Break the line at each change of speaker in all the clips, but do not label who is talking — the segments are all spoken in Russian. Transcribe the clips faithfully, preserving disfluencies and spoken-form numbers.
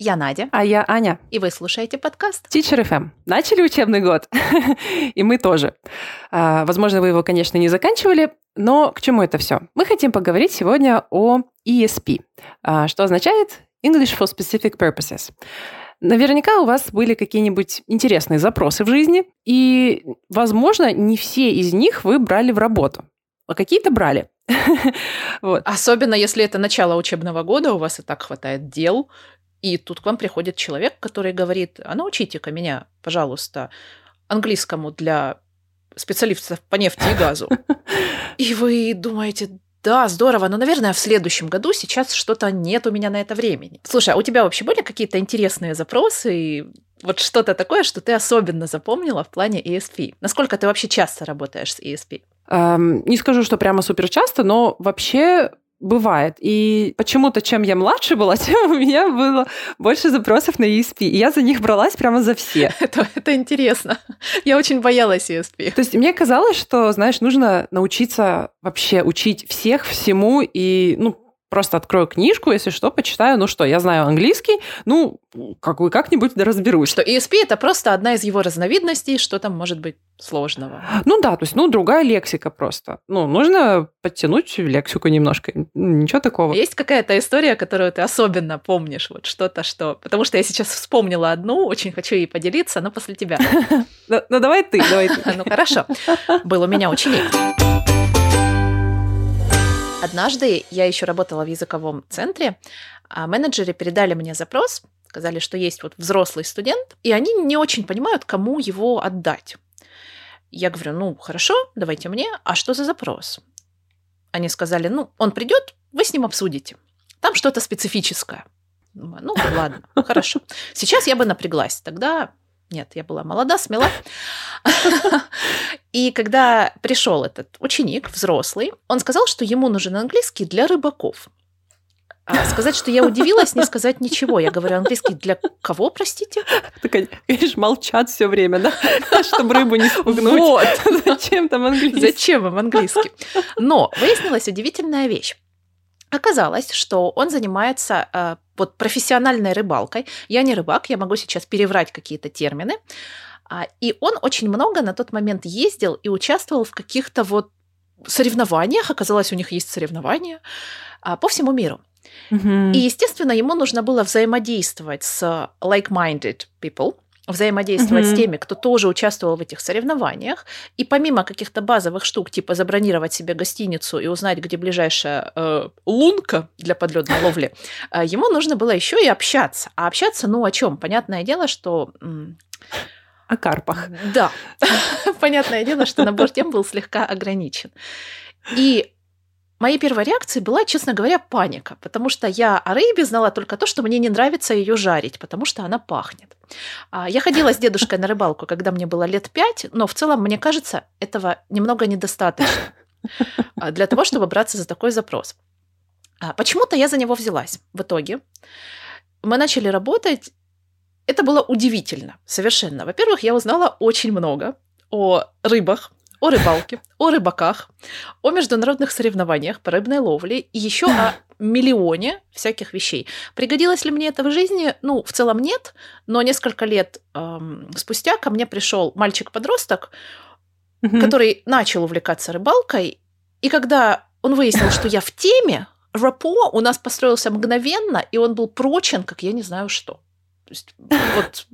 Я Надя.
А я Аня.
И вы слушаете подкаст
Teacher эф эм. Начали учебный год. И мы тоже. Возможно, вы его, конечно, не заканчивали, но к чему это все? Мы хотим поговорить сегодня о и эс пи, что означает English for Specific Purposes. Наверняка у вас были какие-нибудь интересные запросы в жизни, и, возможно, не все из них вы брали в работу, а какие-то брали.
Вот. Особенно, если это начало учебного года, у вас и так хватает дел, и тут к вам приходит человек, который говорит: а научите-ка меня, пожалуйста, английскому для специалистов по нефти и газу. И вы думаете: да, здорово, но, наверное, в следующем году сейчас что-то нет у меня на это времени. Слушай, а у тебя вообще были какие-то интересные запросы и вот что-то такое, что ты особенно запомнила в плане и эс пи? Насколько ты вообще часто работаешь с и эс пи?
Эм, не скажу, что прямо супер часто, но вообще бывает. И почему-то, чем я младше была, тем у меня было больше запросов на и эс пи. И я за них бралась прямо за все.
Это, это интересно. Я очень боялась и эс пи.
То есть мне казалось, что, знаешь, нужно научиться вообще учить всех всему и, ну, просто открою книжку, если что, почитаю. Ну что, я знаю английский, ну, как, как-нибудь разберусь.
Что и эс пи – это просто одна из его разновидностей, что там может быть сложного.
Ну да, то есть, ну, другая лексика просто. Ну, нужно подтянуть лексику немножко. Ничего такого.
Есть какая-то история, которую ты особенно помнишь? Вот что-то, что... Потому что я сейчас вспомнила одну, очень хочу ей поделиться, но после тебя.
Ну, давай ты, давай ты.
Ну, хорошо. Был у меня ученик. Однажды я еще работала в языковом центре, а менеджеры передали мне запрос, сказали, что есть вот взрослый студент, и они не очень понимают, кому его отдать. Я говорю: ну, хорошо, давайте мне. А что за запрос? Они сказали: ну, он придет, вы с ним обсудите. Там что-то специфическое. Думаю: ну, ладно, хорошо. Сейчас я бы напряглась. Тогда нет, я была молода, смела. И когда пришел этот ученик, взрослый, он сказал, что ему нужен английский для рыбаков. А сказать, что я удивилась, не сказать ничего. Я говорю: английский для кого, простите?
Так, конечно, молчат все время, да? Чтобы рыбу не спугнуть.
Вот.
Зачем там английский?
Зачем им английский? Но выяснилась удивительная вещь. Оказалось, что он занимается э, вот, профессиональной рыбалкой. Я не рыбак, я могу сейчас переврать какие-то термины. А, и он очень много на тот момент ездил и участвовал в каких-то вот соревнованиях. Оказалось, у них есть соревнования а, по всему миру.
Mm-hmm.
И, естественно, ему нужно было взаимодействовать с like-minded people, взаимодействовать mm-hmm. с теми, кто тоже участвовал в этих соревнованиях. И помимо каких-то базовых штук, типа забронировать себе гостиницу и узнать, где ближайшая э, лунка для подледной ловли, э, ему нужно было еще и общаться. А общаться, ну, о чем? Понятное дело, что... М-
о карпах.
Да. Понятное дело, что набор тем был слегка ограничен. И моей первой реакцией была, честно говоря, паника, потому что я о рыбе знала только то, что мне не нравится ее жарить, потому что она пахнет. Я ходила с дедушкой на рыбалку, когда мне было лет пять, но в целом, мне кажется, этого немного недостаточно для того, чтобы браться за такой запрос. Почему-то я за него взялась. В итоге мы начали работать. Это было удивительно, совершенно. Во-первых, я узнала очень много о рыбах, о рыбалке, о рыбаках, о международных соревнованиях по рыбной ловле и еще о миллионе всяких вещей. Пригодилось ли мне это в жизни? Ну, в целом нет, но несколько лет эм, спустя ко мне пришел мальчик-подросток, mm-hmm. который начал увлекаться рыбалкой, и когда он выяснил, что я в теме, рапо у нас построился мгновенно, и он был прочен, как я не знаю что. То есть, вот.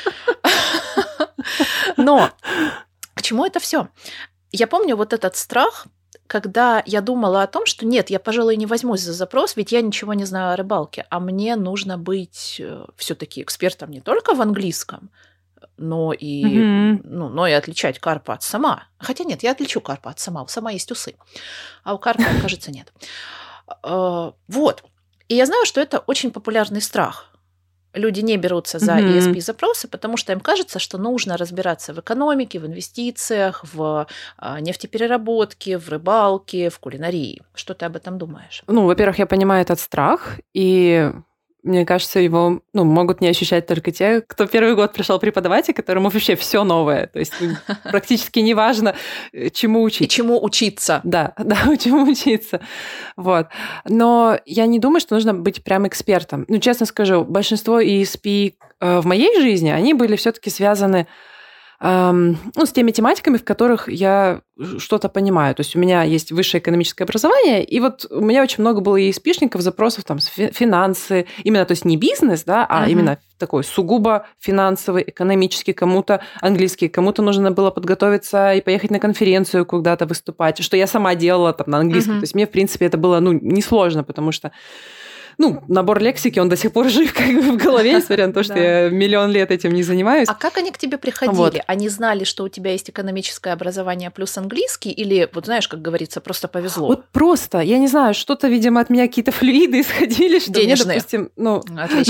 Но к чему это все? Я помню вот этот страх, когда я думала о том, что нет, я, пожалуй, не возьмусь за запрос, ведь я ничего не знаю о рыбалке, а мне нужно быть все-таки экспертом не только в английском, но и, mm-hmm. ну, но и отличать карпа от сома. Хотя нет, я отличу карпа от сома. У сома есть усы, а у карпа, кажется, нет. Вот. И я знаю, что это очень популярный страх. Люди не берутся за mm-hmm. и эс пи-запросы, потому что им кажется, что нужно разбираться в экономике, в инвестициях, в нефтепереработке, в рыбалке, в кулинарии. Что ты об этом думаешь?
Ну, во-первых, я понимаю этот страх, и мне кажется, его ну, могут не ощущать только те, кто первый год пришел преподавать, и которому вообще все новое. То есть ну, практически неважно, чему учить.
И чему учиться.
Да, да, чему учиться. Вот. Но я не думаю, что нужно быть прям экспертом. Ну, честно скажу, большинство и эс пи в моей жизни, они были все-таки связаны эм, ну, с теми тематиками, в которых я что-то понимаю. То есть у меня есть высшее экономическое образование, и вот у меня очень много было и эс пи-шников, запросов там, финансы, именно, то есть не бизнес, да, а uh-huh. именно такой сугубо финансовый, экономический, кому-то английский, кому-то нужно было подготовиться и поехать на конференцию куда-то выступать, что я сама делала там на английском. Uh-huh. То есть мне, в принципе, это было ну, несложно, потому что ну, набор лексики, он до сих пор жив как бы в голове, несмотря на то, что я миллион лет этим не занимаюсь.
А как они к тебе приходили? Вот. Они знали, что у тебя есть экономическое образование плюс английский, или, вот знаешь, как говорится, просто повезло?
Вот просто, я не знаю, что-то, видимо, от меня какие-то флюиды исходили, что
денежные.
Мне, допустим, ну...
Отлично.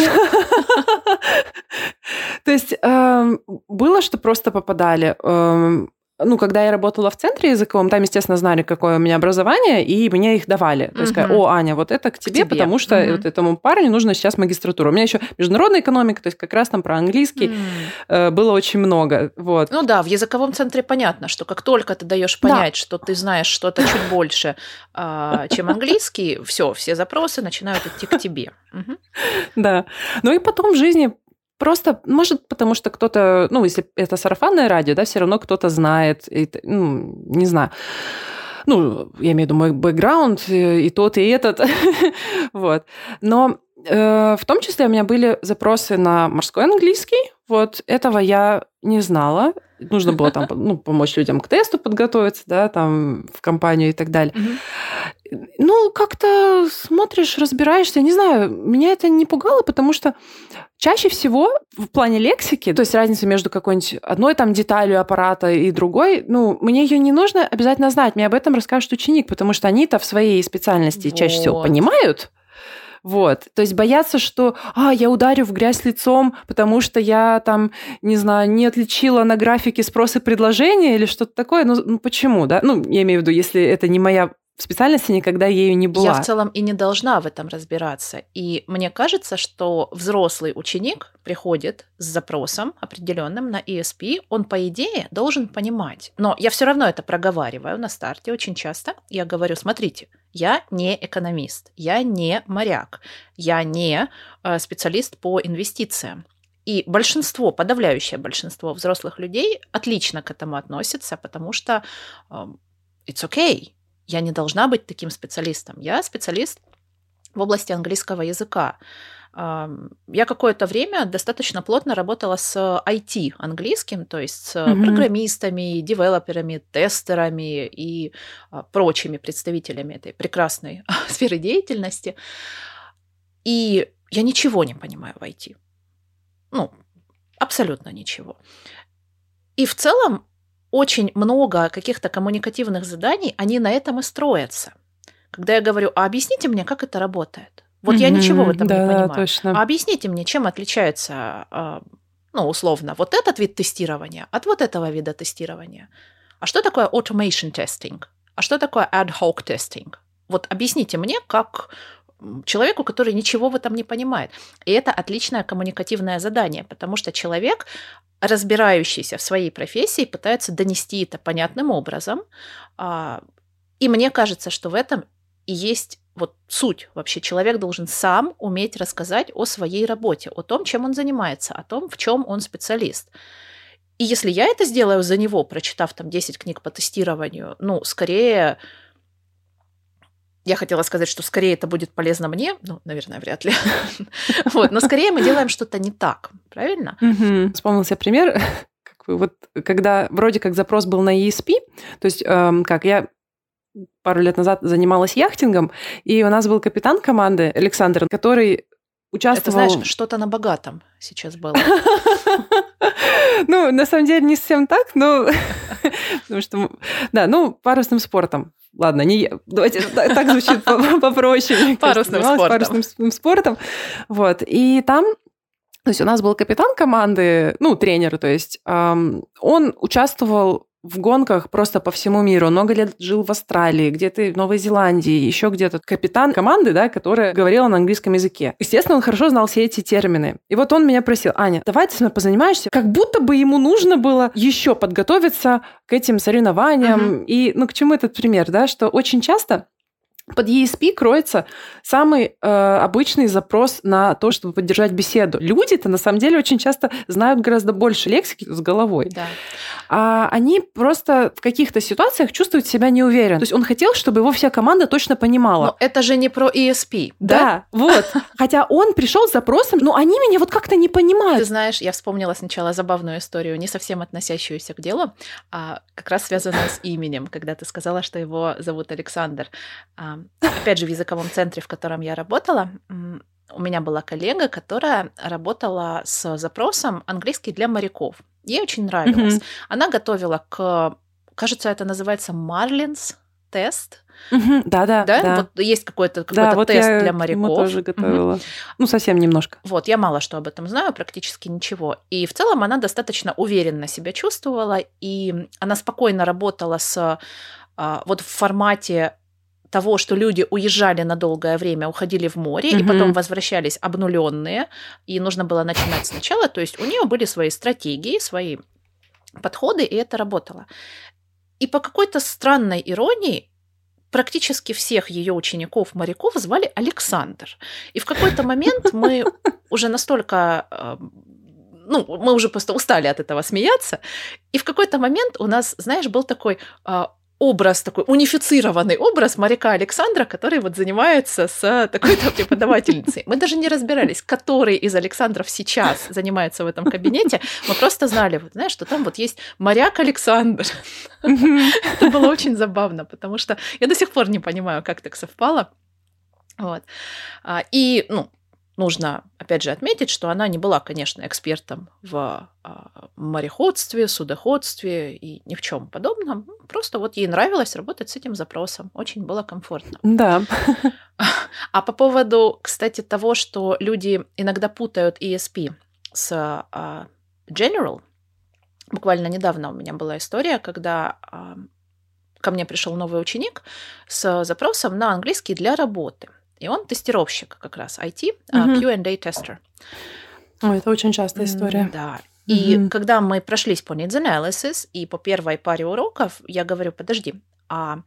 То есть было, что просто попадали... Ну, когда я работала в центре языковом, там, естественно, знали, какое у меня образование, и мне их давали. То есть, uh-huh. о, Аня, вот это к тебе, к тебе. потому что uh-huh. вот этому парню нужно сейчас магистратура. У меня еще международная экономика, то есть как раз там про английский uh-huh. было очень много. Вот.
Ну да, в языковом центре понятно, что как только ты даешь понять, да. что ты знаешь что-то чуть больше, чем английский, все, все запросы начинают идти к тебе. Uh-huh.
Да. Ну и потом в жизни... Просто, может, потому что кто-то, ну, если это сарафанное радио, да, все равно кто-то знает, и, ну, не знаю. Ну, я имею в виду мой бэкграунд, и, и тот, и этот. Вот. Но э, в том числе у меня были запросы на морской английский. Вот этого я не знала. Нужно было там ну, помочь людям к тесту подготовиться, да, там в компанию и так далее. Mm-hmm. Ну, как-то смотришь, разбираешься. Не знаю, меня это не пугало, потому что чаще всего в плане лексики, то есть разница между какой-нибудь одной там деталью аппарата и другой, ну, мне ее не нужно обязательно знать. Мне об этом расскажет ученик, потому что они-то в своей специальности вот. Чаще всего понимают. Вот, то есть бояться, что а, я ударю в грязь лицом, потому что я там, не знаю, не отличила на графике спрос и предложение или что-то такое. Ну, ну почему, да? Ну, я имею в виду, если это не моя специальность, никогда ею не была.
Я в целом и не должна в этом разбираться. И мне кажется, что взрослый ученик приходит с запросом определенным на и эс пи, он, по идее, должен понимать. Но я все равно это проговариваю на старте очень часто. Я говорю, смотрите, я не экономист, я не моряк, я не специалист по инвестициям. И большинство, подавляющее большинство взрослых людей отлично к этому относятся, потому что it's okay. Я не должна быть таким специалистом. Я специалист в области английского языка. Я какое-то время достаточно плотно работала с ай ти английским, то есть с mm-hmm. программистами, девелоперами, тестерами и прочими представителями этой прекрасной сферы деятельности. И я ничего не понимаю в ай ти. Ну, абсолютно ничего. И в целом очень много каких-то коммуникативных заданий, они на этом и строятся. Когда я говорю, а объясните мне, как это работает. Вот mm-hmm. я ничего в этом
да,
не понимаю.
Да, точно.
А объясните мне, чем отличается, ну, условно, вот этот вид тестирования от вот этого вида тестирования. А что такое automation testing? А что такое ad hoc testing? Вот объясните мне, как человеку, который ничего в этом не понимает. И это отличное коммуникативное задание, потому что человек, разбирающийся в своей профессии, пытается донести это понятным образом. И мне кажется, что в этом и есть вот суть. Вообще человек должен сам уметь рассказать о своей работе, о том, чем он занимается, о том, в чем он специалист. И если я это сделаю за него, прочитав там десять книг по тестированию, ну, скорее... Я хотела сказать, что скорее это будет полезно мне, ну, наверное, вряд ли. Вот, но скорее мы делаем что-то не так, правильно?
Угу. Вспомнился пример, как бы вот, когда вроде как запрос был на и эс пи, то есть эм, как я пару лет назад занималась яхтингом, и у нас был капитан команды Александр, который участвовал...
Это, знаешь, что-то на богатом сейчас было.
Ну, на самом деле, не совсем так, но... Потому что, да, ну, парусным спортом. Ладно, не... давайте, так звучит попроще.
Парусным спортом.
Парусным спортом. Вот, и там... То есть у нас был капитан команды, ну, тренер, то есть он участвовал в гонках просто по всему миру. Он много лет жил в Австралии, где-то в Новой Зеландии, еще где-то капитан команды, да, которая говорила на английском языке. Естественно, он хорошо знал все эти термины. И вот он меня просил: Аня, давай ты со мной позанимаешься. Как будто бы ему нужно было еще подготовиться к этим соревнованиям. Uh-huh. И, ну, к чему этот пример, да, что очень часто под и эс пи кроется самый э, обычный запрос на то, чтобы поддержать беседу. Люди-то на самом деле очень часто знают гораздо больше лексики с головой.
Да.
А они просто в каких-то ситуациях чувствуют себя неуверенно. То есть он хотел, чтобы его вся команда точно понимала.
Но это же не про и эс пи, да?
Да, вот. Хотя он пришел с запросом, но они меня вот как-то не понимают.
Ты знаешь, я вспомнила сначала забавную историю, не совсем относящуюся к делу, а как раз связанную с именем, когда ты сказала, что его зовут Александр. Опять же, в языковом центре, в котором я работала, у меня была коллега, которая работала с запросом английский для моряков. Ей очень нравилось. Mm-hmm. Она готовила к, кажется, это называется Марлинс тест.
Mm-hmm. Да-да.
Да?
Да.
Вот есть какой-то, какой-то
да,
тест
вот
для моряков.
Я тоже готовила. Mm-hmm. Ну, совсем немножко.
Вот, я мало что об этом знаю, практически ничего. И в целом она достаточно уверенно себя чувствовала, и она спокойно работала с вот в формате того, что люди уезжали на долгое время, уходили в море, mm-hmm. и потом возвращались обнуленные, и нужно было начинать сначала. То есть у нее были свои стратегии, свои подходы, и это работало. И по какой-то странной иронии практически всех ее учеников-моряков звали Александр. И в какой-то момент мы уже настолько... Ну, мы уже просто устали от этого смеяться. И в какой-то момент у нас, знаешь, был такой... образ, такой унифицированный образ моряка Александра, который вот занимается с такой-то преподавательницей. Мы даже не разбирались, который из Александров сейчас занимается в этом кабинете. Мы просто знали, вот, знаешь, что там вот есть моряк Александр. Это было очень забавно, потому что я до сих пор не понимаю, как так совпало. Вот. И, ну, нужно, опять же, отметить, что она не была, конечно, экспертом в мореходстве, судоходстве и ни в чем подобном. Просто вот ей нравилось работать с этим запросом. Очень было комфортно.
Да.
А по поводу, кстати, того, что люди иногда путают и эс пи с General, буквально недавно у меня была история, когда ко мне пришел новый ученик с запросом на английский для работы. И он тестировщик как раз ай ти, uh-huh. кью энд эй-тестер.
О, это очень частая история.
Mm, да. И uh-huh. когда мы прошлись по needs analysis, и по первой паре уроков, я говорю: подожди, а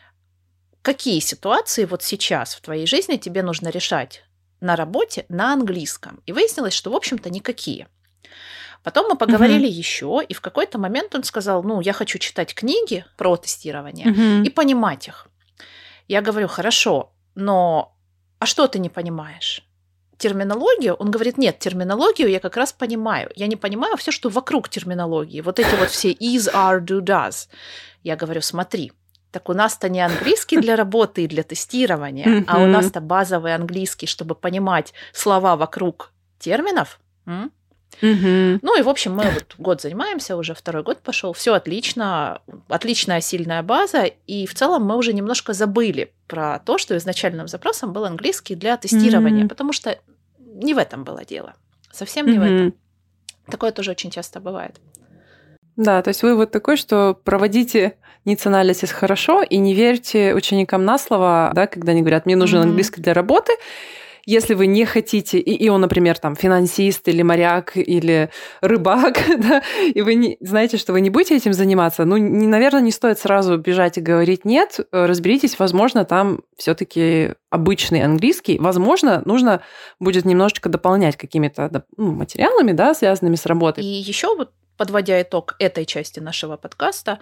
какие ситуации вот сейчас в твоей жизни тебе нужно решать на работе на английском? И выяснилось, что, в общем-то, никакие. Потом мы поговорили uh-huh. еще, и в какой-то момент он сказал: ну, я хочу читать книги про тестирование uh-huh. и понимать их. Я говорю: хорошо, но... а что ты не понимаешь? Терминологию? Он говорит: нет, терминологию я как раз понимаю. Я не понимаю все, что вокруг терминологии. Вот эти вот все is, are, do, does. Я говорю: смотри, так у нас-то не английский для работы и для тестирования, mm-hmm. а у нас-то базовый английский, чтобы понимать слова вокруг терминов. М? Mm-hmm. Ну и, в общем, мы вот год занимаемся, уже второй год пошел, все отлично, отличная сильная база, и в целом мы уже немножко забыли про то, что изначальным запросом был английский для тестирования, mm-hmm. потому что не в этом было дело, совсем не mm-hmm. в этом. Такое тоже очень часто бывает.
Да, то есть вывод такой, что проводите needs analysis хорошо и не верьте ученикам на слово, да, когда они говорят: мне нужен mm-hmm. английский для работы. Если вы не хотите, и, и он, например, там, финансист или моряк или рыбак, да, и вы не, знаете, что вы не будете этим заниматься, ну, не, наверное, не стоит сразу бежать и говорить нет. Разберитесь, возможно, там все-таки обычный английский. Возможно, нужно будет немножечко дополнять какими-то, ну, материалами, да, связанными с работой.
И еще вот, подводя итог этой части нашего подкаста,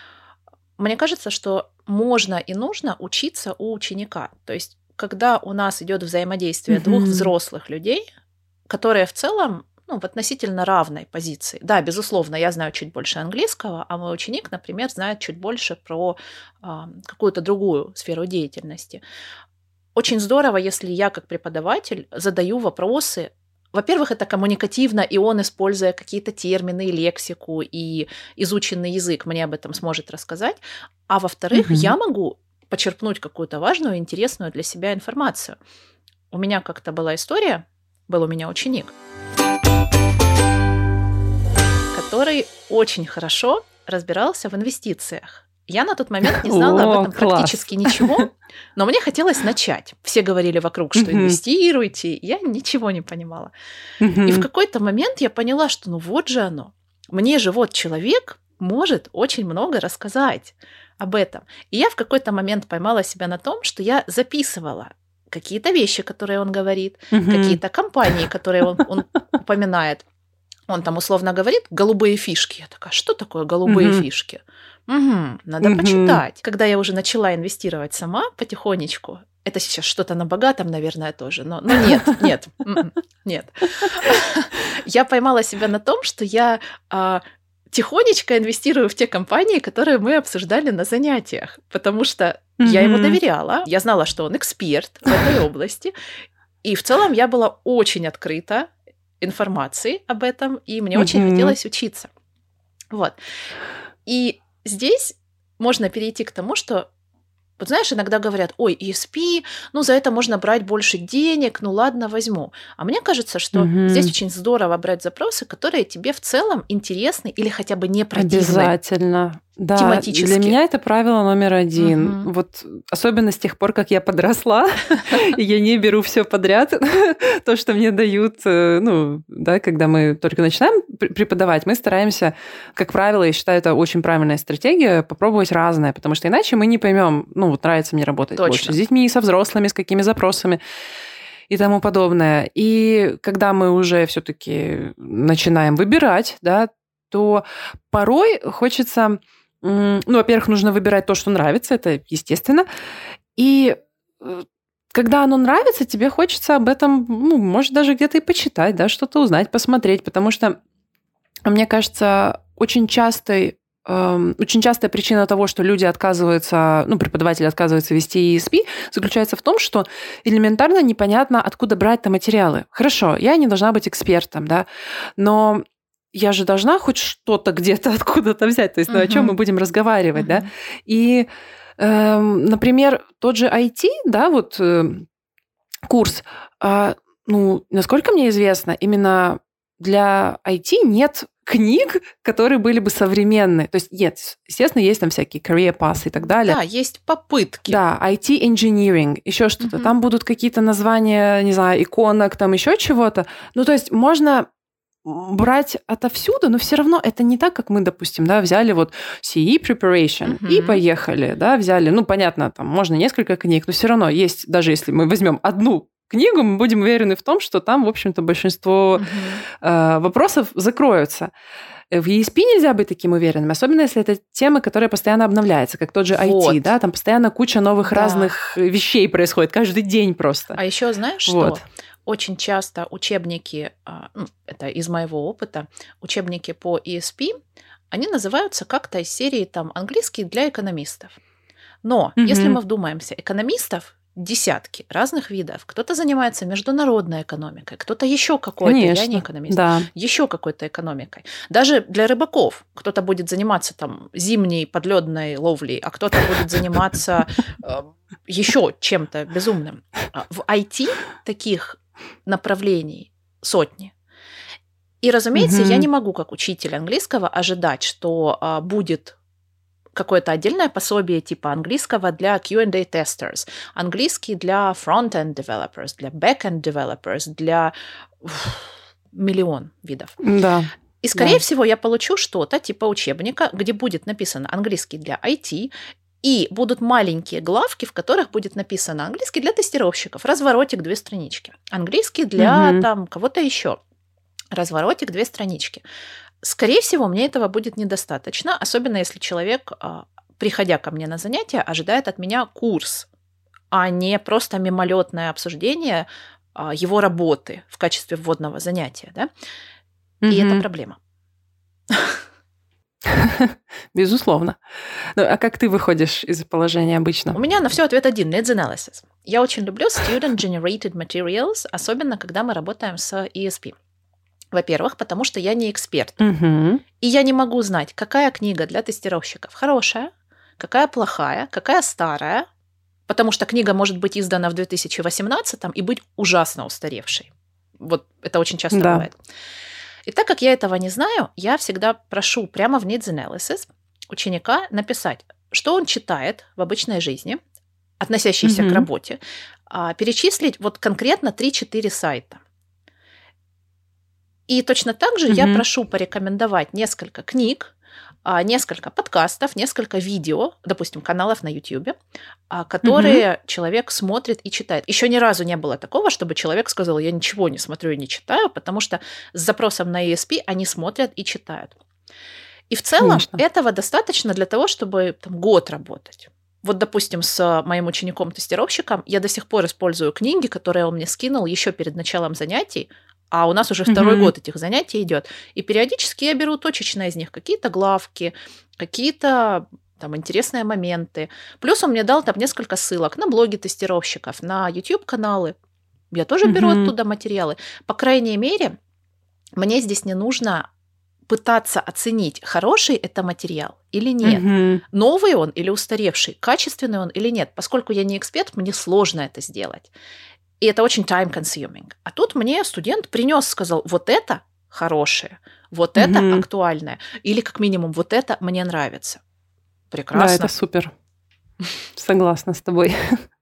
мне кажется, что можно и нужно учиться у ученика. То есть когда у нас идет взаимодействие mm-hmm. двух взрослых людей, которые в целом, ну, в относительно равной позиции. Да, безусловно, я знаю чуть больше английского, а мой ученик, например, знает чуть больше про э, какую-то другую сферу деятельности. Очень здорово, если я как преподаватель задаю вопросы. Во-первых, это коммуникативно, и он, используя какие-то термины и лексику, и изученный язык, мне об этом сможет рассказать. А во-вторых, mm-hmm. я могу почерпнуть какую-то важную, интересную для себя информацию. У меня как-то была история, был у меня ученик, который очень хорошо разбирался в инвестициях. Я на тот момент не знала
О,
об этом
класс.
практически ничего, но мне хотелось начать. Все говорили вокруг, что
Мгм.
инвестируйте, я ничего не понимала. И в
Мгм.
какой-то момент я поняла, что ну вот же оно. Мне же вот человек может очень много рассказать об этом. И я в какой-то момент поймала себя на том, что я записывала какие-то вещи, которые он говорит,
Мгм.
какие-то компании, которые он, он упоминает. Он там условно говорит «голубые фишки». Я такая, что такое голубые
Мгм.
фишки? Мгм, надо
Мгм.
почитать. Когда я уже начала инвестировать сама потихонечку, это сейчас что-то на богатом, наверное, тоже, но, но нет, нет, м-м, нет. Я поймала себя на том, что я а, тихонечко инвестирую в те компании, которые мы обсуждали на занятиях, потому что я ему
Мгм.
доверяла, я знала, что он эксперт в этой области, и в целом я была очень открыта информации об этом, и мне очень
Мгм.
хотелось учиться. Вот. И здесь можно перейти к тому, что, вот знаешь, иногда говорят, ой, и эс пи, ну, за это можно брать больше денег, ну, ладно, возьму. А мне кажется, что
Мгм.
здесь очень здорово брать запросы, которые тебе в целом интересны или хотя бы не противны
Обязательно. Да, для
тематически.
меня это правило номер один.
Мгм.
Вот особенно с тех пор, как я подросла, и я не беру все подряд, то, что мне дают, э, ну, да, когда мы только начинаем пр- преподавать, мы стараемся, как правило, я считаю, это очень правильная стратегия, попробовать разное, потому что иначе мы не поймем, ну, вот нравится мне работать
Точно.
больше с детьми, со взрослыми, с какими запросами и тому подобное. И когда мы уже все-таки начинаем выбирать, да, то порой хочется, м, ну, во-первых, нужно выбирать то, что нравится, это естественно. И э, когда оно нравится, тебе хочется об этом, ну, может, даже где-то и почитать, да, что-то узнать, посмотреть, потому что, мне кажется, очень частой эм, очень частая причина того, что люди отказываются, ну, преподаватели отказываются вести и эс пи, заключается в том, что элементарно непонятно, откуда брать-то материалы. Хорошо, я не должна быть экспертом, да, но я же должна хоть что-то где-то откуда-то взять, то есть, ну, о чем
Мгм.
мы будем разговаривать, да.
Мгм.
И, эм, например, тот же ай ти, да, вот э, курс, а, ну, насколько мне известно, именно для ай ти нет книг, которые были бы современные. То есть нет, естественно, есть там всякие career paths и так далее.
Да, есть попытки.
Да, ай ти engineering, еще что-то.
Мгм.
Там будут какие-то названия, не знаю, иконок, там еще чего-то. Ну, то есть можно м, брать отовсюду, но все равно это не так, как мы, допустим, да, взяли вот си и preparation и
Мгм.
поехали, да, взяли, ну, понятно, там можно несколько книг, но все равно есть, даже если мы возьмем одну книгу, мы будем уверены в том, что там, в общем-то, большинство
Мгм.
э, вопросов закроются. В и эс пи нельзя быть таким уверенным, особенно если это тема, которая постоянно обновляется, как тот же ай ти,
Вот.
да, там постоянно куча новых
Да.
разных вещей происходит, каждый день просто.
А еще знаешь
Вот.
что? Очень часто учебники, а, ну, это из моего опыта, учебники по и эс пи, они называются как-то из серии там английский для экономистов. Но если
Мгм.
мы вдумаемся, экономистов десятки разных видов. Кто-то занимается международной экономикой, кто-то еще какой-то, я не
Конечно,
экономист,
да.
еще какой-то экономикой. Даже для рыбаков кто-то будет заниматься там зимней подледной ловлей, а кто-то будет заниматься э, еще чем-то безумным. А В ай ти таких направлений сотни. И, разумеется, я
Мгм.
не могу, как учитель английского, ожидать, что а, будет какое-то отдельное пособие типа английского для кью энд эй testers, английский для front-end developers, для back-end developers, для уф, миллион видов.
Да.
И, скорее
Да.
всего, я получу что-то типа учебника, где будет написано английский для ай ти, и будут маленькие главки, в которых будет написано английский для тестировщиков, разворотик, две странички, английский для
Мгм.
там кого-то еще, разворотик, две странички. Скорее всего, мне этого будет недостаточно, особенно если человек, а, приходя ко мне на занятия, ожидает от меня курс, а не просто мимолетное обсуждение а, его работы в качестве вводного занятия. Да? И это
Мгм.
проблема.
Безусловно. Ну, а как ты выходишь из положения
У
обычно?
меня на все ответ один – needs analysis. Я очень люблю student-generated materials, особенно когда мы работаем с и эс пи. Во-первых, потому что я не эксперт.
Мгм.
И я не могу знать, какая книга для тестировщиков хорошая, какая плохая, какая старая, потому что книга может быть издана в две тысячи восемнадцатом и быть ужасно устаревшей. Вот это очень часто
Да.
бывает. И так как я этого не знаю, я всегда прошу прямо в Needs Analysis ученика написать, что он читает в обычной жизни, относящиеся mm-hmm. к работе, перечислить вот конкретно три-четыре сайта. И точно так же mm-hmm. я прошу порекомендовать несколько книг, несколько подкастов, несколько видео, допустим, каналов на YouTube, которые mm-hmm. человек смотрит и читает. Еще ни разу не было такого, чтобы человек сказал, я ничего не смотрю и не читаю, потому что с запросом на и эс пи они смотрят и читают. И в целом Конечно. Этого достаточно для того, чтобы там, год работать. Вот, допустим, с моим учеником-тестировщиком я до сих пор использую книги, которые он мне скинул еще перед началом занятий, а у нас уже второй mm-hmm. год этих занятий идет. И периодически я беру точечно из них какие-то главки, какие-то там интересные моменты. Плюс он мне дал там несколько ссылок на блоги тестировщиков, на YouTube-каналы. Я тоже mm-hmm. беру оттуда материалы. По крайней мере, мне здесь не нужно пытаться оценить, хороший это материал или нет, mm-hmm. новый он или устаревший, качественный он или нет. Поскольку я не эксперт, мне сложно это сделать. И это очень time-consuming. А тут мне студент принес, сказал, вот это хорошее, вот mm-hmm. это актуальное, или как минимум вот это мне нравится. Прекрасно.
Да, это супер. Согласна с тобой.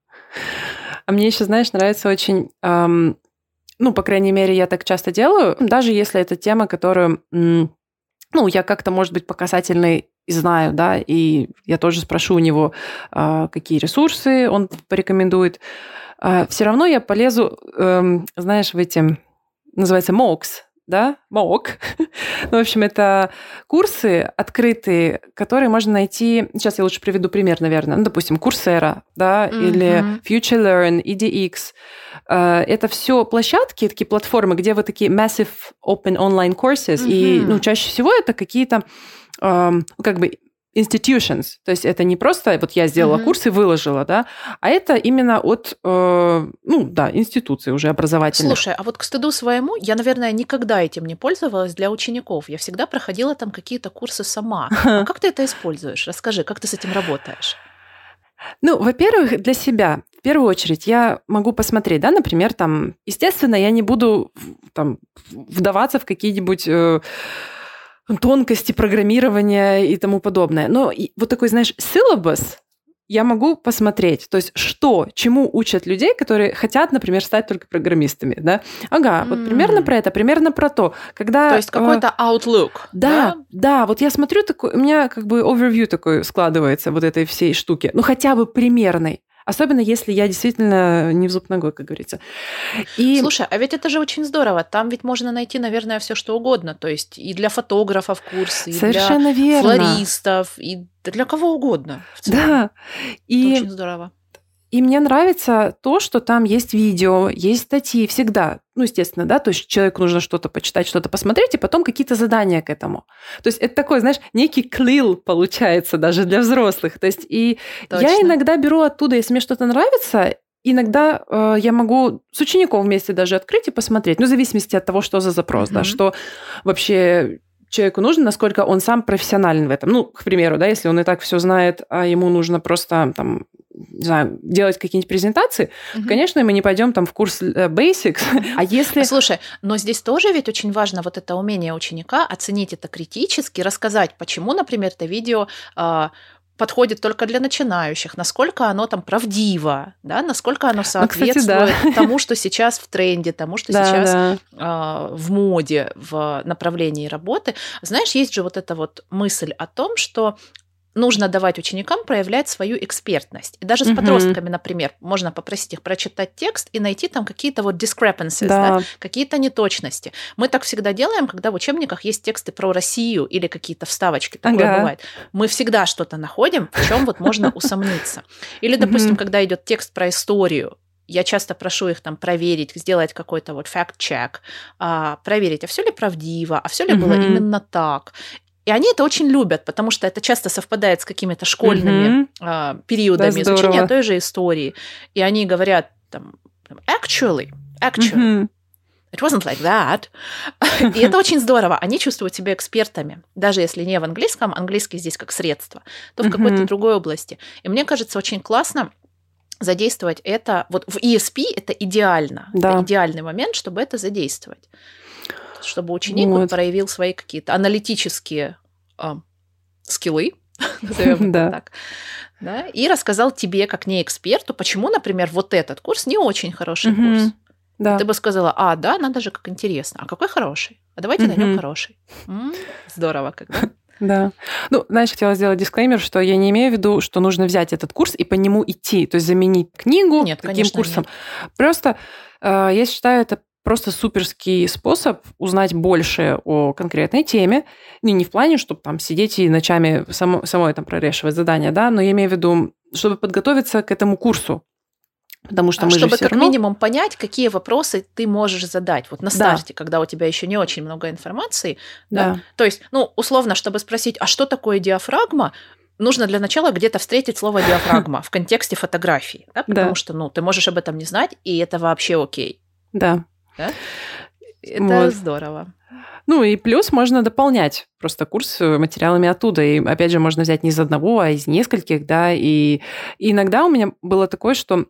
А мне еще, знаешь, нравится очень... Эм, ну, по крайней мере, я так часто делаю, даже если это тема, которую... М, ну, я как-то, может быть, по касательной и знаю, да, и я тоже спрошу у него, э, какие ресурсы он порекомендует. Э, все равно я полезу, э, знаешь, в эти... Называется мокс, да, мок. Ну, в общем, это курсы открытые, которые можно найти... Сейчас я лучше приведу пример, наверное. Ну, допустим, Coursera, да, mm-hmm. или FutureLearn, и ди икс. Это все площадки, такие платформы, где вот такие massive open online courses, mm-hmm. и, ну, чаще всего это какие-то, ну, как бы, institutions, то есть это не просто вот я сделала mm-hmm. курс и выложила, да, а это именно от, э, ну да, институции уже образовательных.
Слушай, а вот к стыду своему, я, наверное, никогда этим не пользовалась для учеников. Я всегда проходила там какие-то курсы сама. А как ты это используешь? Расскажи, как ты с этим работаешь?
Ну, во-первых, для себя. В первую очередь я могу посмотреть, да, например, там, естественно, я не буду там вдаваться в какие-нибудь... Э, тонкости программирования и тому подобное. Но вот такой, знаешь, syllabus я могу посмотреть. То есть что, чему учат людей, которые хотят, например, стать только программистами. Да? Ага, mm. вот примерно про это, примерно про то. Когда,
то есть какой-то outlook.
Да, да, да, вот я смотрю, такой, у меня как бы overview такой складывается вот этой всей штуки. Ну, хотя бы примерный. Особенно, если я действительно не в зуб ногой, как говорится.
И... Слушай, а ведь это же очень здорово. Там ведь можно найти, наверное, все что угодно. То есть и для фотографов курсы, и
Совершенно
для
верно.
флористов, и для кого угодно. В целом.
Да. И...
Это очень здорово.
И мне нравится то, что там есть видео, есть статьи всегда. Ну, естественно, да, то есть человеку нужно что-то почитать, что-то посмотреть, и потом какие-то задания к этому. То есть это такой, знаешь, некий клил получается даже для взрослых. То есть и Точно. Я иногда беру оттуда, если мне что-то нравится, иногда э, я могу с учеником вместе даже открыть и посмотреть, ну, в зависимости от того, что за запрос, mm-hmm. да, что вообще... человеку нужно, насколько он сам профессионален в этом. Ну, к примеру, да, если он и так все знает, а ему нужно просто там, не знаю, делать какие-нибудь презентации, угу. конечно, мы не пойдем там в курс Basics. А если...
Слушай, но здесь тоже ведь очень важно вот это умение ученика оценить это критически, рассказать, почему, например, это видео подходит только для начинающих, насколько оно там правдиво, да, насколько оно соответствует ну, кстати, да. тому, что сейчас в тренде, тому, что да, сейчас да. Э, в моде, в направлении работы. Знаешь, есть же вот эта вот мысль о том, что нужно давать ученикам проявлять свою экспертность. И даже с mm-hmm. подростками, например, можно попросить их прочитать текст и найти там какие-то вот discrepancies, да. Да, какие-то неточности. Мы так всегда делаем, когда в учебниках есть тексты про Россию или какие-то вставочки, такое ага. бывает. Мы всегда что-то находим, в чем вот можно усомниться. Или, допустим, mm-hmm. когда идет текст про историю, я часто прошу их там проверить, сделать какой-то вот fact-check, проверить, а все ли правдиво, а все ли mm-hmm. было именно так. И они это очень любят, потому что это часто совпадает с какими-то школьными mm-hmm. э, периодами да, изучения той же истории. И они говорят там, actually, actually, mm-hmm. it wasn't like that. И это очень здорово. Они чувствуют себя экспертами. Даже если не в английском, английский здесь как средство, то в mm-hmm. какой-то другой области. И мне кажется, очень классно задействовать это. Вот в и эс пи это идеально. Да. Это идеальный момент, чтобы это задействовать. чтобы ученик
Вот.
вот проявил свои какие-то аналитические а, скиллы, назовем это
Да.
так, да, и рассказал тебе, как не эксперту, почему, например, вот этот курс не очень хороший
Мгм.
курс.
Да.
Ты бы сказала, а, да, надо же, как интересно. А какой хороший? А давайте найдем
Мгм.
хороший. М, Здорово, когда.
Да. Ну, знаешь, хотела сделать дисклеймер, что я не имею в виду, что нужно взять этот курс и по нему идти, то есть заменить книгу
Нет,
таким
конечно,
курсом.
нет.
Просто э, я считаю, это просто суперский способ узнать больше о конкретной теме. Ну, не в плане, чтобы там сидеть и ночами само, самой там прорешивать задания, да, но я имею в виду, чтобы подготовиться к этому курсу. Потому что
А
мы же
чтобы
все
как
равно...
минимум понять, какие вопросы ты можешь задать вот на
Да.
старте, когда у тебя еще не очень много информации, да?
Да.
То есть, ну, условно, чтобы спросить, а что такое диафрагма, нужно для начала где-то встретить слово диафрагма в контексте фотографии, да? Потому
Да.
что, ну, ты можешь об этом не знать, и это вообще окей.
Да.
Да? Это
Вот.
здорово.
Ну и плюс можно дополнять просто курс материалами оттуда. И опять же, можно взять не из одного, а из нескольких, да. И, и иногда у меня было такое, что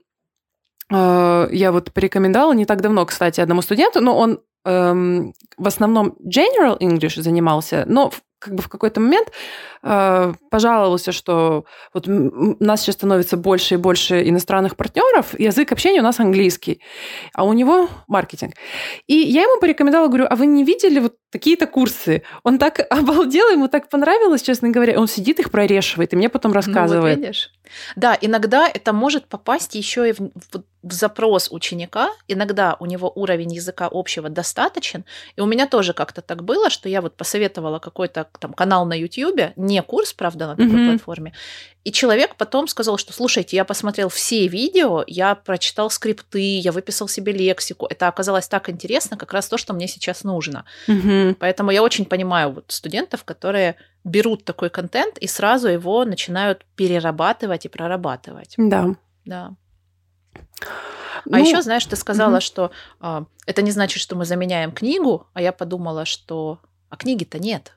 э, я вот порекомендовала не так давно, кстати, одному студенту, но он эм, в основном general English занимался, но в, как бы в какой-то момент э, пожаловался, что вот у нас сейчас становится больше и больше иностранных партнеров, язык общения у нас английский, а у него маркетинг. И я ему порекомендовала, говорю, а вы не видели вот такие-то курсы? Он так обалдел, ему так понравилось, честно говоря. Он сидит их прорешивает и мне потом рассказывает.
Ну, вот видишь. Да, иногда это может попасть еще и в, в, в запрос ученика. Иногда у него уровень языка общего достаточен. И у меня тоже как-то так было, что я вот посоветовала какой-то там канал на Ютьюбе, не курс, правда, на такой
Мгм.
платформе. И человек потом сказал, что, слушайте, я посмотрел все видео, я прочитал скрипты, я выписал себе лексику. Это оказалось так интересно, как раз то, что мне сейчас нужно.
Мгм.
Поэтому я очень понимаю вот студентов, которые берут такой контент и сразу его начинают перерабатывать и прорабатывать.
Да.
Да. А
Ну,
еще, знаешь, ты сказала,
мгм.
что а, это не значит, что мы заменяем книгу, а я подумала, что а книги-то нет.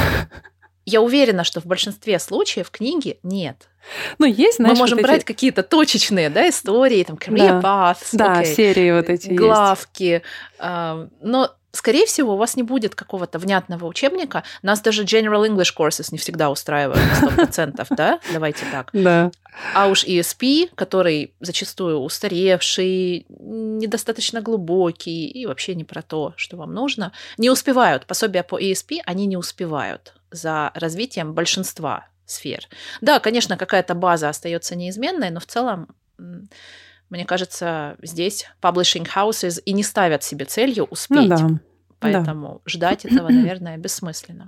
Я уверена, что в большинстве случаев книги нет.
Ну, есть,
Мы
знаешь,
можем
вот эти-
брать какие-то точечные, да, истории, там, career paths,
Да,
окей,
серии вот эти есть.
главки. а, Но, скорее всего, у вас не будет какого-то внятного учебника. Нас даже General English courses не всегда устраивают на сто процентов, да? Давайте так.
Да.
А уж и эс пи, который зачастую устаревший, недостаточно глубокий и вообще не про то, что вам нужно, не успевают. Пособия по и эс пи, они не успевают за развитием большинства сфер. Да, конечно, какая-то база остается неизменной, но в целом, м, мне кажется, здесь publishing houses и не ставят себе целью
Ну
успеть.
да.
Поэтому ждать этого, наверное, бессмысленно.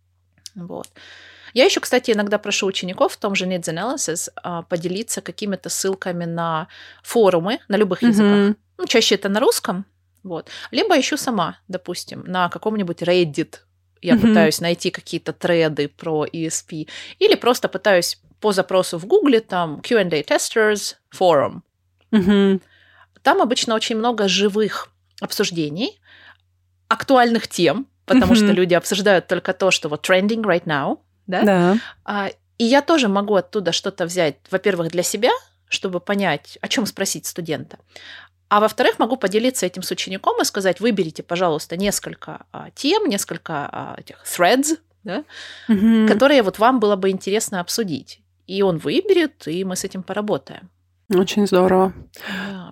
Вот. Я еще, кстати, иногда прошу учеников в том же Needs Analysis а, поделиться какими-то ссылками на форумы на любых
Мгм.
языках. Ну, чаще это на русском. Вот. Либо ищу сама, допустим, на каком-нибудь Reddit. Я
Мгм.
пытаюсь найти какие-то треды про и эс пи. Или просто пытаюсь по запросу в Гугле, там, кью энд эй Testers Forum.
Мгм.
Там обычно очень много живых обсуждений, актуальных тем, потому что
Мгм.
люди обсуждают только то, что вот trending right now, да?
Да.
А, И я тоже могу оттуда что-то взять, во-первых, для себя, чтобы понять, о чем спросить студента. А во-вторых, могу поделиться этим с учеником и сказать, выберите, пожалуйста, несколько а, тем, несколько а, этих threads, да,
Мгм.
которые вот вам было бы интересно обсудить. И он выберет, и мы с этим поработаем.
Очень здорово.
Да.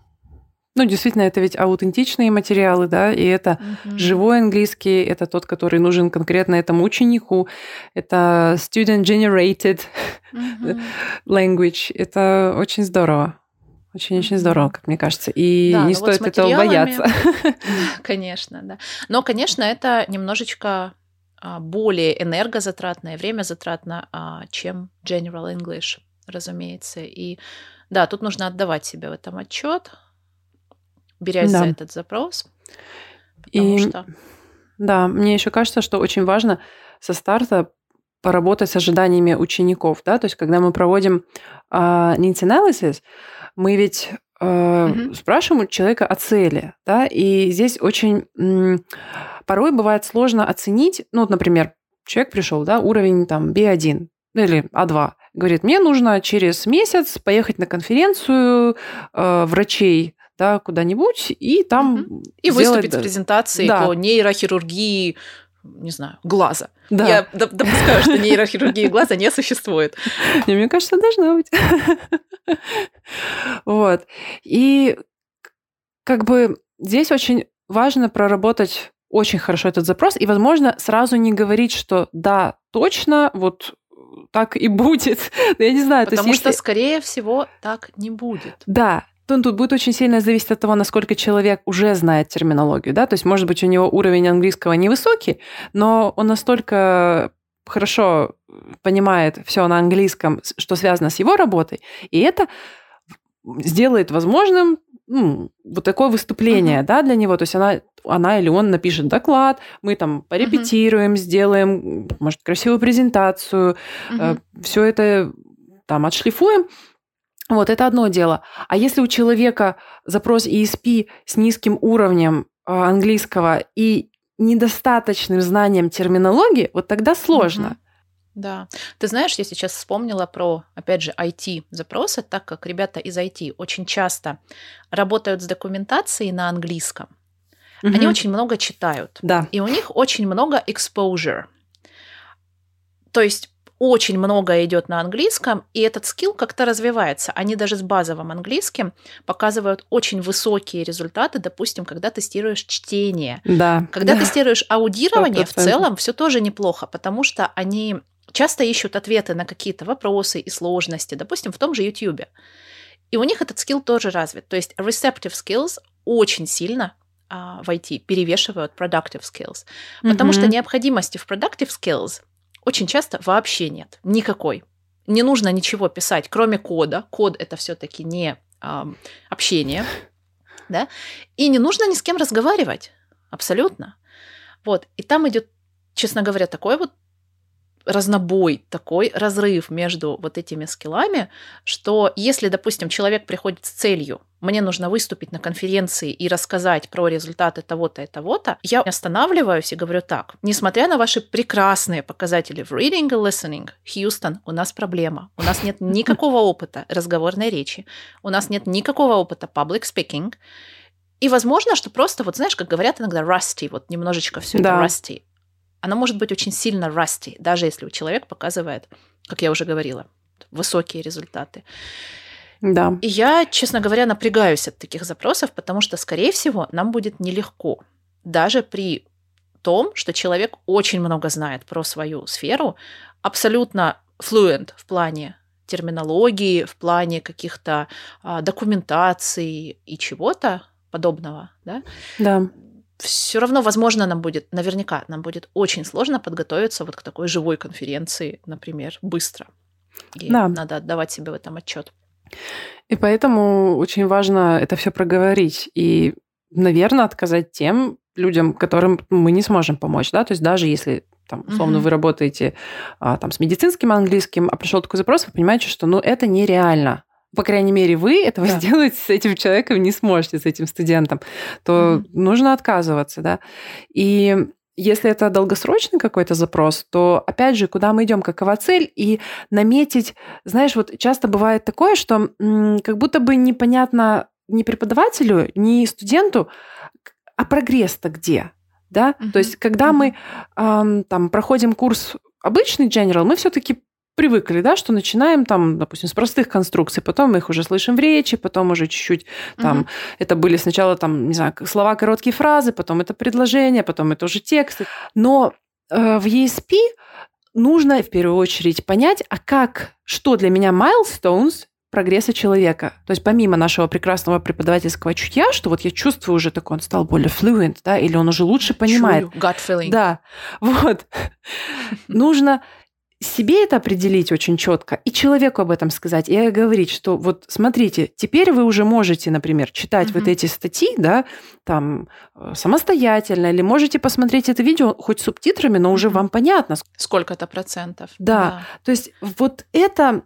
Ну, действительно, это ведь аутентичные материалы, да, и это
Мгм.
живой английский, это тот, который нужен конкретно этому ученику, это student-generated
Мгм.
language. Это очень здорово. Очень-очень
Мгм.
здорово, как мне кажется. И
Да,
не
ну вот с
стоит этого
материалами-
бояться.
Конечно, да. Но, конечно, это немножечко а, более энергозатратно и времязатратно, а, чем General English, разумеется. И да, тут нужно отдавать себе в этом отчет, берясь
Да.
за этот запрос, потому
И
что...
да, мне еще кажется, что очень важно со старта поработать с ожиданиями учеников, да, то есть когда мы проводим а, needs analysis, мы ведь а,
Мгм.
спрашиваем у человека о цели, да, и здесь очень м, порой бывает сложно оценить, ну, вот, например, человек пришел, да, уровень там би один или а два, говорит, мне нужно через месяц поехать на конференцию э, врачей да, куда-нибудь и там
угу. И
сделать...
выступить с презентацией да. по нейрохирургии, не знаю, глаза. Да. Я допускаю, что нейрохирургии глаза не существует.
Мне кажется, должна быть. Вот. И как бы здесь очень важно проработать очень хорошо этот запрос и, возможно, сразу не говорить, что да, точно, вот так и будет. Я не знаю.
Потому
то есть,
что,
если...
скорее всего, так не будет.
Да. То тут будет очень сильно зависеть от того, насколько человек уже знает терминологию, да, то есть, может быть, у него уровень английского невысокий, но он настолько хорошо понимает все на английском, что связано с его работой, и это сделает возможным ну, вот такое выступление, uh-huh. да, для него, то есть она, она или он напишет доклад, мы там порепетируем, uh-huh. сделаем, может, красивую презентацию, uh-huh. все это там отшлифуем. Вот, это одно дело. А если у человека запрос и эс пи с низким уровнем английского и недостаточным знанием терминологии, вот тогда сложно.
Mm-hmm. Да. Ты знаешь, я сейчас вспомнила про, опять же, ай ти-запросы, так как ребята из ай ти очень часто работают с документацией на английском. Mm-hmm. Они очень много читают.
Да.
И у них очень много exposure. То есть очень много идет на английском, и этот скилл как-то развивается. Они даже с базовым английским показывают очень высокие результаты, допустим, когда тестируешь чтение.
Да.
Когда
да.
тестируешь аудирование,
сто процентов.
В целом все тоже неплохо, потому что они часто ищут ответы на какие-то вопросы и сложности, допустим, в том же YouTube. И у них этот скилл тоже развит. То есть receptive skills очень сильно а, в ай ти перевешивают productive skills, потому mm-hmm. что необходимости в productive skills очень часто вообще нет, никакой. Не нужно ничего писать, кроме кода. Код – это все-таки не э, общение, да? И не нужно ни с кем разговаривать, абсолютно. Вот. И там идет, честно говоря, такой вот разнобой, такой разрыв между вот этими скиллами, что если, допустим, человек приходит с целью, мне нужно выступить на конференции и рассказать про результаты того-то и того-то, я останавливаюсь и говорю так, несмотря на ваши прекрасные показатели в reading и listening, Хьюстон, у нас проблема. У нас нет никакого опыта разговорной речи, у нас нет никакого опыта public speaking, и возможно, что просто, вот знаешь, как говорят иногда rusty, вот немножечко все
да.
это rusty, она может быть очень сильно rusty, даже если у человека показывает, как я уже говорила, высокие результаты.
Да.
И я, честно говоря, напрягаюсь от таких запросов, потому что, скорее всего, нам будет нелегко. Даже при том, что человек очень много знает про свою сферу, абсолютно fluent в плане терминологии, в плане каких-то а, документаций и чего-то подобного, да?
Да.
Все равно, возможно, нам будет, наверняка, нам будет очень сложно подготовиться вот к такой живой конференции, например, быстро. И
да.
надо отдавать себе в этом отчет.
И поэтому очень важно это все проговорить и, наверное, отказать тем людям, которым мы не сможем помочь, да, то есть даже если там, условно, mm-hmm. вы работаете а, там, с медицинским английским, а пришел такой запрос, вы понимаете, что ну, это нереально. По крайней мере, вы этого да. сделать с этим человеком не сможете, с этим студентом, то mm-hmm. нужно отказываться, да. И если это долгосрочный какой-то запрос, то, опять же, куда мы идем, какова цель, и наметить, знаешь, вот часто бывает такое, что м, как будто бы непонятно ни преподавателю, ни студенту, а прогресс-то где, да? Mm-hmm. То есть, когда mm-hmm. мы эм, там проходим курс обычный general, мы все-таки привыкли, да, что начинаем там, допустим, с простых конструкций, потом мы их уже слышим в речи, потом уже чуть-чуть там, uh-huh. это были сначала там, не знаю, слова, короткие фразы, потом это предложения, потом это уже тексты. Но э, в и эс пи нужно в первую очередь понять, а как, что для меня milestones прогресса человека. То есть помимо нашего прекрасного преподавательского чутья, что вот я чувствую уже такой, он стал более fluent, да, или он уже лучше понимает.
Чую, gut feeling.
Да, вот. Нужно себе это определить очень четко и человеку об этом сказать, и говорить, что вот смотрите, теперь вы уже можете, например, читать mm-hmm. вот эти статьи, да, там самостоятельно, или можете посмотреть это видео хоть субтитрами, но уже mm-hmm. вам понятно.
Сколько-то процентов.
Да, да. То есть вот это,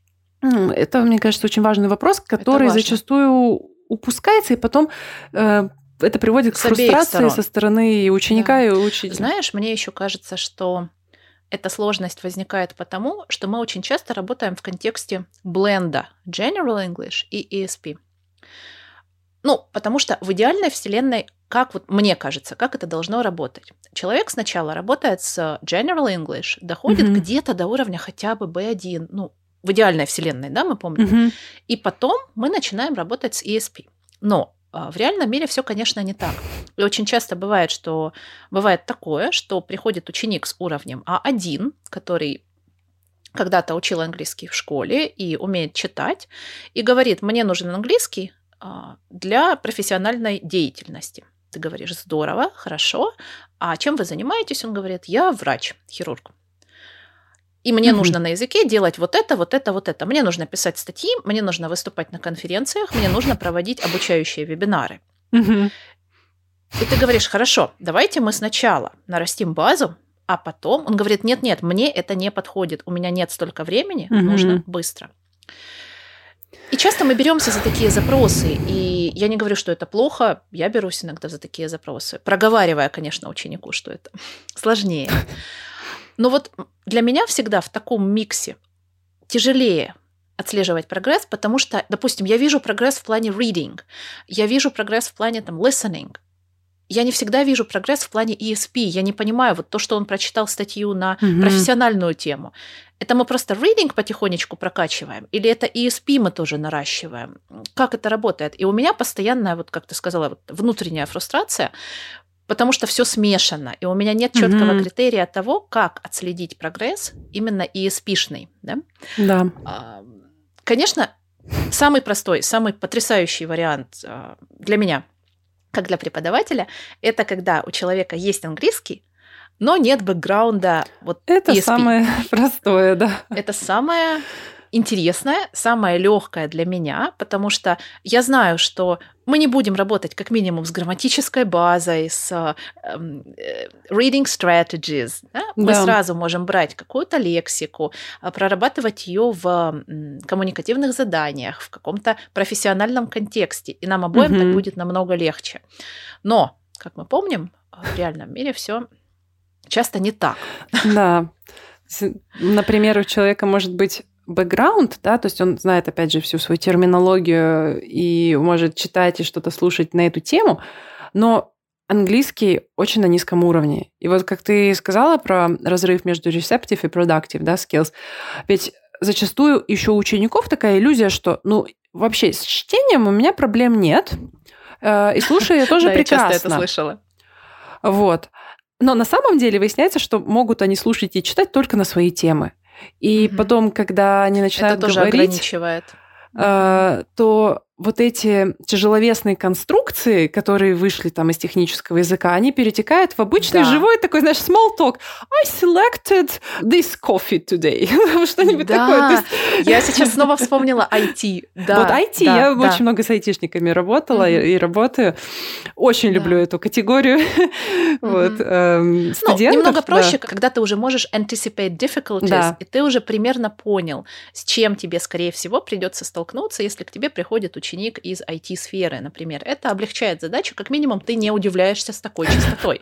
это, мне кажется, очень важный вопрос, который зачастую упускается, и потом э, это приводит к фрустрации со стороны и ученика, да. и учителя.
Знаешь, мне еще кажется, что эта сложность возникает потому, что мы очень часто работаем в контексте бленда General English и и эс пи. Ну, потому что в идеальной вселенной, как вот мне кажется, как это должно работать? Человек сначала работает с General English, доходит
Мгм.
где-то до уровня хотя бы би один, ну, в идеальной вселенной, да, мы помним.
Мгм.
И потом мы начинаем работать с и эс пи. Но а, в реальном мире все, конечно, не так. И очень часто бывает, что бывает такое, что приходит ученик с уровнем а один, который когда-то учил английский в школе и умеет читать, и говорит: мне нужен английский а, для профессиональной деятельности. Ты говоришь: здорово, хорошо. А чем вы занимаетесь? Он говорит: я врач, хирург. И мне
Мгм.
нужно на языке делать вот это, вот это, вот это. Мне нужно писать статьи, мне нужно выступать на конференциях, мне нужно проводить обучающие вебинары.
Мгм.
И ты говоришь: хорошо, давайте мы сначала нарастим базу, а потом... Он говорит: нет-нет, мне это не подходит, у меня нет столько времени,
Мгм.
нужно быстро. И часто мы беремся за такие запросы, и я не говорю, что это плохо, я берусь иногда за такие запросы, проговаривая, конечно, ученику, что это сложнее. Но вот для меня всегда в таком миксе тяжелее отслеживать прогресс, потому что, допустим, я вижу прогресс в плане reading, я вижу прогресс в плане там, listening, я не всегда вижу прогресс в плане и эс пи, я не понимаю, вот то, что он прочитал статью на
Мгм.
профессиональную тему, это мы просто reading потихонечку прокачиваем, или это и эс пи мы тоже наращиваем? Как это работает? И у меня постоянная, вот как ты сказала, вот внутренняя фрустрация, потому что все смешано, и у меня нет четкого
Мгм.
критерия того, как отследить прогресс именно и эс пи-шный. Да?
Да.
А, Конечно, самый простой, самый потрясающий вариант а, для меня, как для преподавателя, это когда у человека есть английский, но нет бэкграунда вот
Это
и эс пи.
самое простое, да.
Это самое интересное, самое легкое для меня, потому что я знаю, что мы не будем работать как минимум с грамматической базой, с эм, э, reading strategies. Да? Мы
Да.
сразу можем брать какую-то лексику, а, прорабатывать ее в м, коммуникативных заданиях, в каком-то профессиональном контексте, и нам обоим так
Мгм.
будет намного легче. Но, как мы помним, в реальном мире все часто не так.
Да. С- Например, у человека может быть бэкграунд, да, то есть он знает, опять же, всю свою терминологию и может читать и что-то слушать на эту тему, но английский очень на низком уровне. И вот как ты сказала про разрыв между receptive и productive, да, skills, ведь зачастую еще у учеников такая иллюзия, что, ну, вообще с чтением у меня проблем нет, э, и слушаю я тоже
Да, я часто это
прекрасно.
слышала.
Вот. Но на самом деле выясняется, что могут они слушать и читать только на свои темы. И
Мгм.
потом, когда они
Это
начинают
тоже
говорить,
ограничивает. Мгм.
э, то вот эти тяжеловесные конструкции, которые вышли там из технического языка, они перетекают в обычный
Да.
живой такой, знаешь, small talk. I selected this coffee today. Что-нибудь такое. То
Да,
есть
я сейчас снова вспомнила ай ти. Да,
вот ай ти,
да,
я
да.
очень много с айтишниками работала
Мгм.
и, и работаю. Очень
Да.
люблю эту категорию. Вот,
Мгм.
эм,
Ну,
студентов.
немного
да.
проще, когда ты уже можешь anticipate difficulties,
Да.
и ты уже примерно понял, с чем тебе, скорее всего, придется столкнуться, если к тебе приходит ученик из ай ти-сферы, например. Это облегчает задачу, как минимум ты не удивляешься с такой частотой.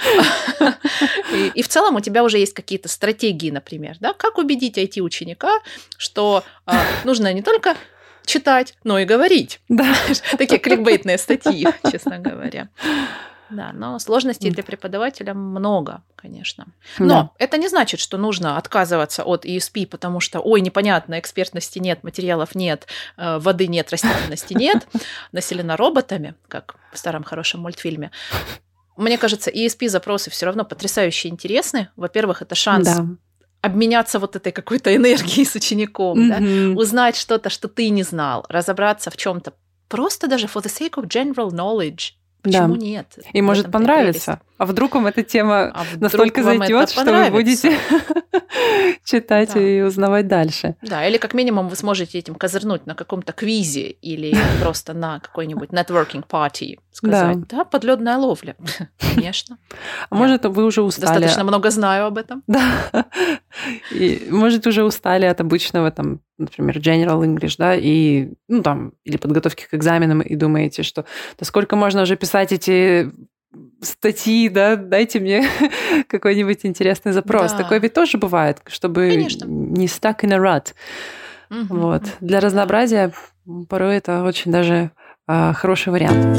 И, и в целом у тебя уже есть какие-то стратегии, например, да, как убедить ай ти-ученика, что а, нужно не только читать, но и говорить.
Да.
Такие кликбейтные статьи, честно говоря. Да, но сложностей для преподавателя много, конечно. Но
Да.
это не значит, что нужно отказываться от и эс пи, потому что, ой, непонятно, экспертности нет, материалов нет, э, воды нет, растительности нет, населена роботами, как в старом хорошем мультфильме. Мне кажется, и эс пи-запросы все равно потрясающе интересны. Во-первых, это шанс
Да.
обменяться вот этой какой-то энергией с учеником, да?
Мгм.
Узнать что-то, что ты не знал, разобраться в чем-то. Просто даже for the sake of general knowledge. Почему
Да.
нет?
И
В
может
этом-то и
понравиться. А вдруг вам эта тема
А вдруг
настолько
вам
зайдет,
это
что вы
понравится?
будете читать
Да.
и узнавать дальше.
Да, или как минимум вы сможете этим козырнуть на каком-то квизе или просто на какой-нибудь networking party, сказать, да, подледная ловля. Конечно.
А
Я
может, вы уже устали.
достаточно много знаю об этом.
Да. И, может, уже устали от обычного, там, например, General English, да, и, ну, там, или подготовки к экзаменам, и думаете, что да сколько можно уже писать эти статьи, да, дайте мне какой-нибудь интересный запрос.
Да.
Такое ведь тоже бывает, чтобы
Конечно.
не stuck in a rut.
Мгм,
Вот.
мгм.
Для
Да.
разнообразия порой это очень даже э, хороший вариант.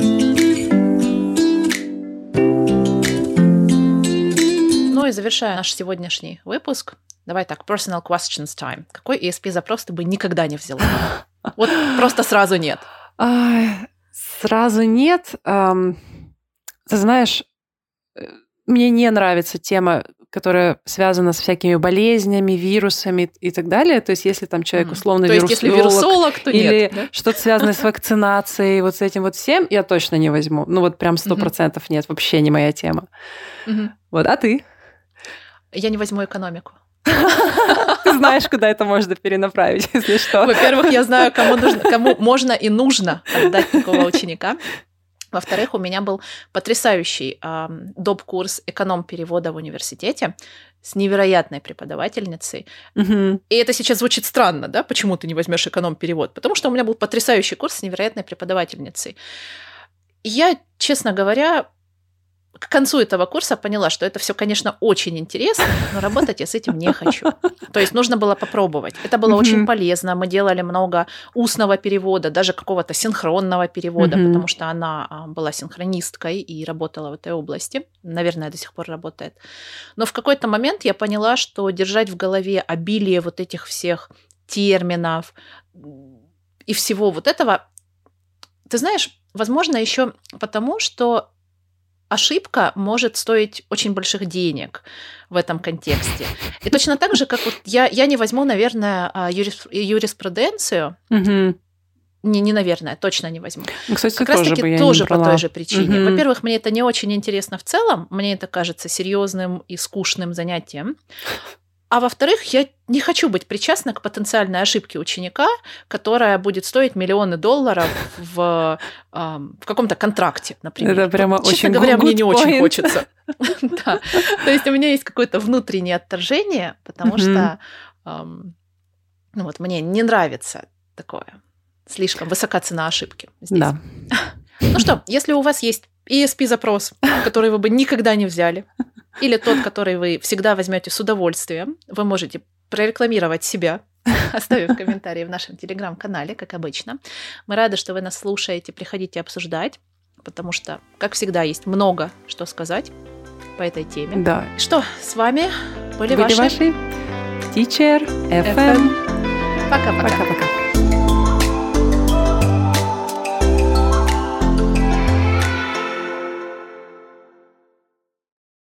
Ну и завершая наш сегодняшний выпуск, давай так, personal questions time. Какой и эс пи-запрос ты бы никогда не взяла? Вот просто сразу нет.
Сразу нет. Ты знаешь, мне не нравится тема, которая связана с всякими болезнями, вирусами и так далее. То есть если там человек условно
то
вирусолог,
есть, если вирусолог, то
или
нет, да?
что-то связанное с вакцинацией, вот с этим вот всем, я точно не возьму. Ну вот прям сто процентов нет, вообще не моя тема. Вот, а ты?
Я не возьму экономику.
Ты знаешь, куда это можно перенаправить, если что.
Во-первых, я знаю, кому, нужно, кому можно и нужно отдать такого ученика. Во-вторых, у меня был потрясающий э, доп-курс эконом-перевода в университете с невероятной преподавательницей.
Угу.
И это сейчас звучит странно, да? Почему ты не возьмешь эконом-перевод? Потому что у меня был потрясающий курс с невероятной преподавательницей. И я, честно говоря, к концу этого курса поняла, что это все, конечно, очень интересно, но работать я с этим не хочу. То есть нужно было попробовать. Это было mm-hmm. очень полезно. Мы делали много устного перевода, даже какого-то синхронного перевода, mm-hmm. потому что она была синхронисткой и работала в этой области. Наверное, до сих пор работает. Но в какой-то момент я поняла, что держать в голове обилие вот этих всех терминов и всего вот этого, ты знаешь, возможно, еще потому, что ошибка может стоить очень больших денег в этом контексте. И точно так же, как вот я, я не возьму, наверное, юрис, юриспруденцию.
Угу.
Не, не, наверное, точно не возьму.
Кстати,
как
тоже
раз-таки
бы я
тоже
не
по
брала.
той же причине.
Угу.
Во-первых, мне это не очень интересно в целом, мне это кажется серьезным и скучным занятием. А во-вторых, я не хочу быть причастна к потенциальной ошибке ученика, которая будет стоить миллионы долларов в, э, в каком-то контракте, например.
Это прямо
вот,
очень
честно говоря, мне не
point.
очень хочется. Да. То есть у меня есть какое-то внутреннее отторжение, потому что ну вот, мне не нравится такое. Слишком высока цена ошибки здесь.
Да.
Ну что, если у вас есть и эс пи-запрос, который вы бы никогда не взяли, или тот, который вы всегда возьмете с удовольствием, вы можете прорекламировать себя, оставив комментарии в нашем телеграм-канале, как обычно. Мы рады, что вы нас слушаете, приходите обсуждать, потому что, как всегда, есть много что сказать по этой теме.
Да.
Что, с вами были,
были
ваши...
ваши Teacher эф эм.
Пока-пока.
Пока-пока.